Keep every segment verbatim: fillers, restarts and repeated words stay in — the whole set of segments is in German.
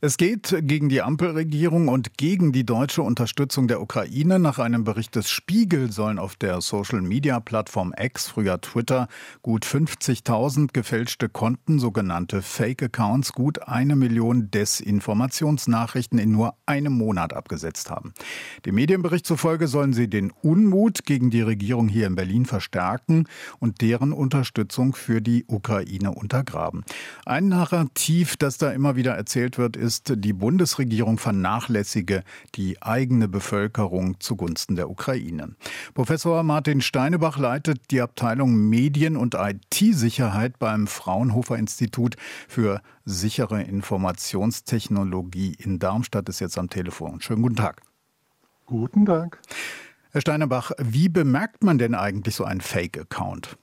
Es geht gegen die Ampelregierung und gegen die deutsche Unterstützung der Ukraine. Nach einem Bericht des Spiegel sollen auf der Social-Media-Plattform X, früher Twitter, gut fünfzigtausend gefälschte Konten, sogenannte Fake-Accounts, gut eine Million Desinformationsnachrichten in nur einem Monat abgesetzt haben. Dem Medienbericht zufolge sollen sie den Unmut gegen die Regierung hier in Berlin verstärken und deren Unterstützung für die Ukraine untergraben. Ein Narrativ, das da immer wieder erzählt wird, ist, die Bundesregierung vernachlässige die eigene Bevölkerung zugunsten der Ukraine. Professor Martin Steinebach leitet die Abteilung Medien- und I T-Sicherheit beim Fraunhofer-Institut für sichere Informationstechnologie in Darmstadt, ist jetzt am Telefon. Schönen guten Tag. Guten Tag. Herr Steinebach, wie bemerkt man denn eigentlich so einen Fake-Account?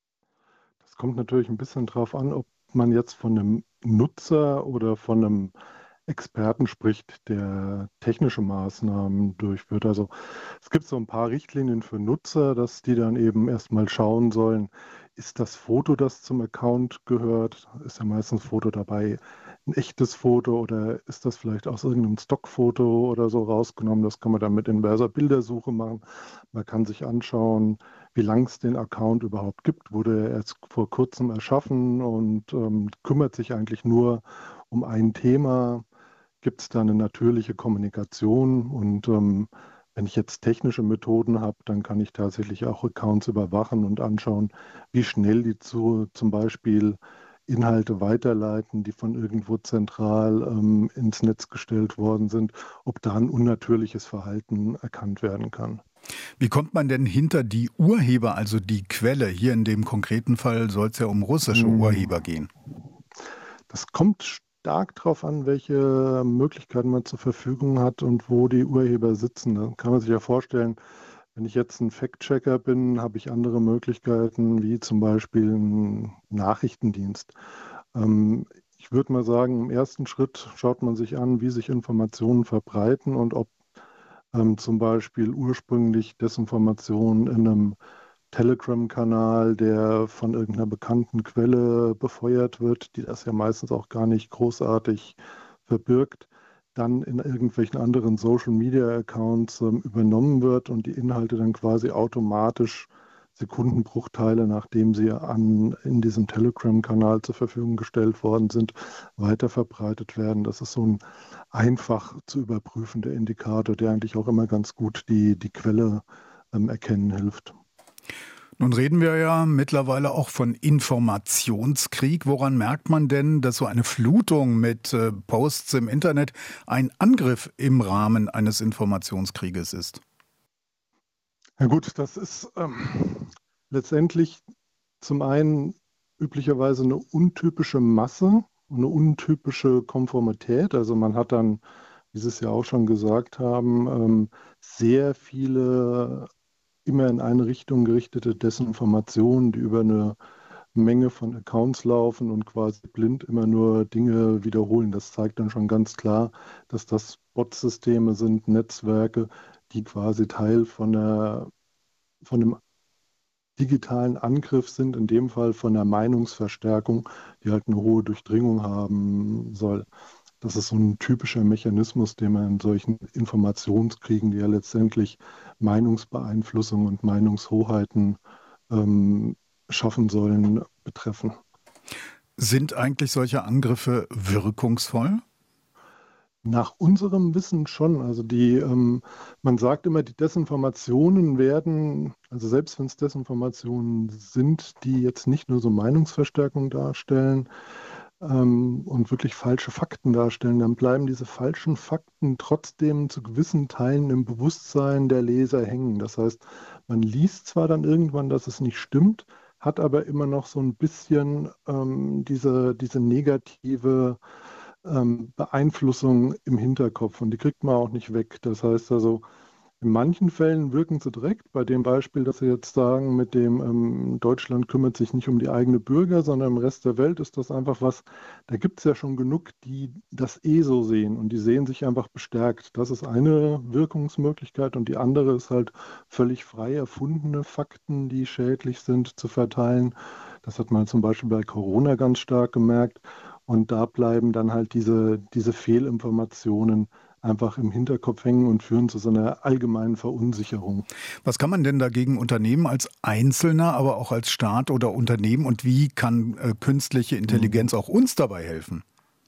Das kommt natürlich ein bisschen drauf an, ob man jetzt von einem Nutzer oder von einem Experten spricht, der technische Maßnahmen durchführt. Also es gibt so ein paar Richtlinien für Nutzer, dass die dann eben erstmal schauen sollen, ist das Foto, das zum Account gehört, ist ja meistens Foto dabei, ein echtes Foto oder ist das vielleicht aus irgendeinem Stockfoto oder so rausgenommen? Das kann man dann mit inverser Bildersuche machen. Man kann sich anschauen, wie lange es den Account überhaupt gibt. Wurde er erst vor kurzem erschaffen und ähm, kümmert sich eigentlich nur um ein Thema. Gibt es da eine natürliche Kommunikation? Und ähm, wenn ich jetzt technische Methoden habe, dann kann ich tatsächlich auch Accounts überwachen und anschauen, wie schnell die zu, zum Beispiel Inhalte weiterleiten, die von irgendwo zentral ähm, ins Netz gestellt worden sind, ob da ein unnatürliches Verhalten erkannt werden kann. Wie kommt man denn hinter die Urheber, also die Quelle? Hier in dem konkreten Fall soll es ja um russische hm. Urheber gehen. Das kommt stark darauf an, welche Möglichkeiten man zur Verfügung hat und wo die Urheber sitzen. Da kann man sich ja vorstellen, wenn ich jetzt ein Fact-Checker bin, habe ich andere Möglichkeiten, wie zum Beispiel ein Nachrichtendienst. Ähm, ich würde mal sagen, im ersten Schritt schaut man sich an, wie sich Informationen verbreiten und ob ähm, zum Beispiel ursprünglich Desinformation in einem Telegram-Kanal, der von irgendeiner bekannten Quelle befeuert wird, die das ja meistens auch gar nicht großartig verbirgt, dann in irgendwelchen anderen Social-Media-Accounts ähm, übernommen wird und die Inhalte dann quasi automatisch Sekundenbruchteile, nachdem sie an, in diesem Telegram-Kanal zur Verfügung gestellt worden sind, weiterverbreitet werden. Das ist so ein einfach zu überprüfender Indikator, der eigentlich auch immer ganz gut die, die Quelle ähm, erkennen hilft. Nun reden wir ja mittlerweile auch von Informationskrieg. Woran merkt man denn, dass so eine Flutung mit äh, Posts im Internet ein Angriff im Rahmen eines Informationskrieges ist? Ja gut, das ist ähm, letztendlich zum einen üblicherweise eine untypische Masse, eine untypische Konformität. Also man hat dann, wie Sie es ja auch schon gesagt haben, ähm, sehr viele immer in eine Richtung gerichtete Desinformationen, die über eine Menge von Accounts laufen und quasi blind immer nur Dinge wiederholen. Das zeigt dann schon ganz klar, dass das Bot-Systeme sind, Netzwerke, die quasi Teil von, der, von einem digitalen Angriff sind, in dem Fall von der Meinungsverstärkung, die halt eine hohe Durchdringung haben soll. Das ist so ein typischer Mechanismus, den man in solchen Informationskriegen, die ja letztendlich Meinungsbeeinflussung und Meinungshoheiten ähm, schaffen sollen, betreffen. Sind eigentlich solche Angriffe wirkungsvoll? Nach unserem Wissen schon. Also die, ähm, man sagt immer, die Desinformationen werden, also selbst wenn es Desinformationen sind, die jetzt nicht nur so Meinungsverstärkung darstellen ähm, und wirklich falsche Fakten darstellen, dann bleiben diese falschen Fakten trotzdem zu gewissen Teilen im Bewusstsein der Leser hängen. Das heißt, man liest zwar dann irgendwann, dass es nicht stimmt, hat aber immer noch so ein bisschen ähm, diese, diese negative ähm, Beeinflussung im Hinterkopf und die kriegt man auch nicht weg. Das heißt also, in manchen Fällen wirken sie direkt. Bei dem Beispiel, das Sie jetzt sagen, mit dem ähm, Deutschland kümmert sich nicht um die eigenen Bürger, sondern im Rest der Welt ist das einfach was, da gibt es ja schon genug, die das eh so sehen und die sehen sich einfach bestärkt. Das ist eine Wirkungsmöglichkeit und die andere ist halt völlig frei erfundene Fakten, die schädlich sind, zu verteilen. Das hat man zum Beispiel bei Corona ganz stark gemerkt. Und da bleiben dann halt diese, diese Fehlinformationen einfach im Hinterkopf hängen und führen zu so einer allgemeinen Verunsicherung. Was kann man denn dagegen unternehmen als Einzelner, aber auch als Staat oder Unternehmen? Und wie kann äh, künstliche Intelligenz auch uns dabei helfen?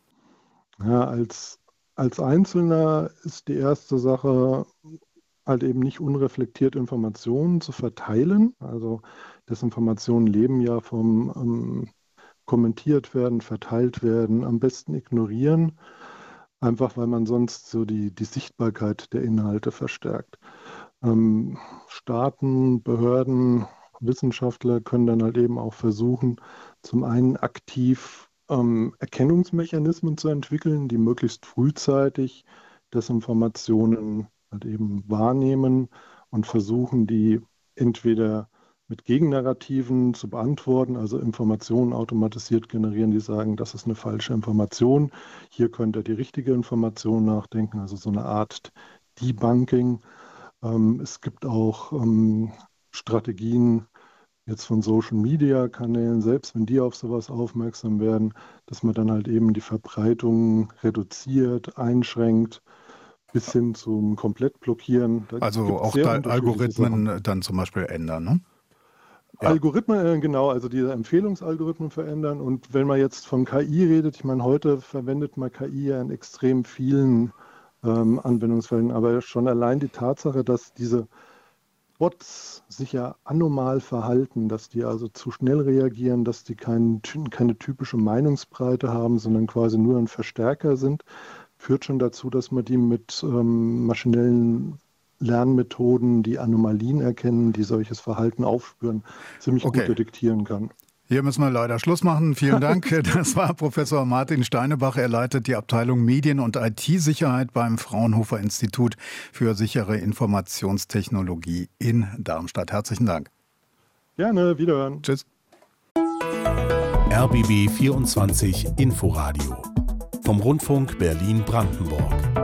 Ja, als, als Einzelner ist die erste Sache, halt eben nicht unreflektiert Informationen zu verteilen. Also Desinformationen leben ja vom ähm, kommentiert werden, verteilt werden, am besten ignorieren. Einfach weil man sonst so die, die Sichtbarkeit der Inhalte verstärkt. Ähm, Staaten, Behörden, Wissenschaftler können dann halt eben auch versuchen, zum einen aktiv ähm, Erkennungsmechanismen zu entwickeln, die möglichst frühzeitig Desinformationen halt eben wahrnehmen und versuchen, die entweder mit Gegennarrativen zu beantworten, also Informationen automatisiert generieren, die sagen, das ist eine falsche Information, hier könnt ihr die richtige Information nachdenken, also so eine Art Debunking. Ähm, es gibt auch ähm, Strategien jetzt von Social-Media-Kanälen, selbst wenn die auf sowas aufmerksam werden, dass man dann halt eben die Verbreitung reduziert, einschränkt, bis hin zum komplett blockieren. Da Also gibt's auch sehr da unterschiedliche Algorithmen Sachen. dann zum Beispiel ändern, ne? Ja. Algorithmen, äh, genau, also diese Empfehlungsalgorithmen verändern. Und wenn man jetzt von K I redet, ich meine, heute verwendet man K I ja in extrem vielen ähm, Anwendungsfällen, aber schon allein die Tatsache, dass diese Bots sich ja anormal verhalten, dass die also zu schnell reagieren, dass die kein, keine typische Meinungsbreite haben, sondern quasi nur ein Verstärker sind, führt schon dazu, dass man die mit ähm, maschinellen Lernmethoden, die Anomalien erkennen, die solches Verhalten aufspüren, ziemlich Okay. gut detektieren kann. Hier müssen wir leider Schluss machen. Vielen Dank. Das war Professor Martin Steinebach. Er leitet die Abteilung Medien- und I T-Sicherheit beim Fraunhofer Institut für sichere Informationstechnologie in Darmstadt. Herzlichen Dank. Gerne, wiederhören. Tschüss. R B B vierundzwanzig Inforadio vom Rundfunk Berlin-Brandenburg.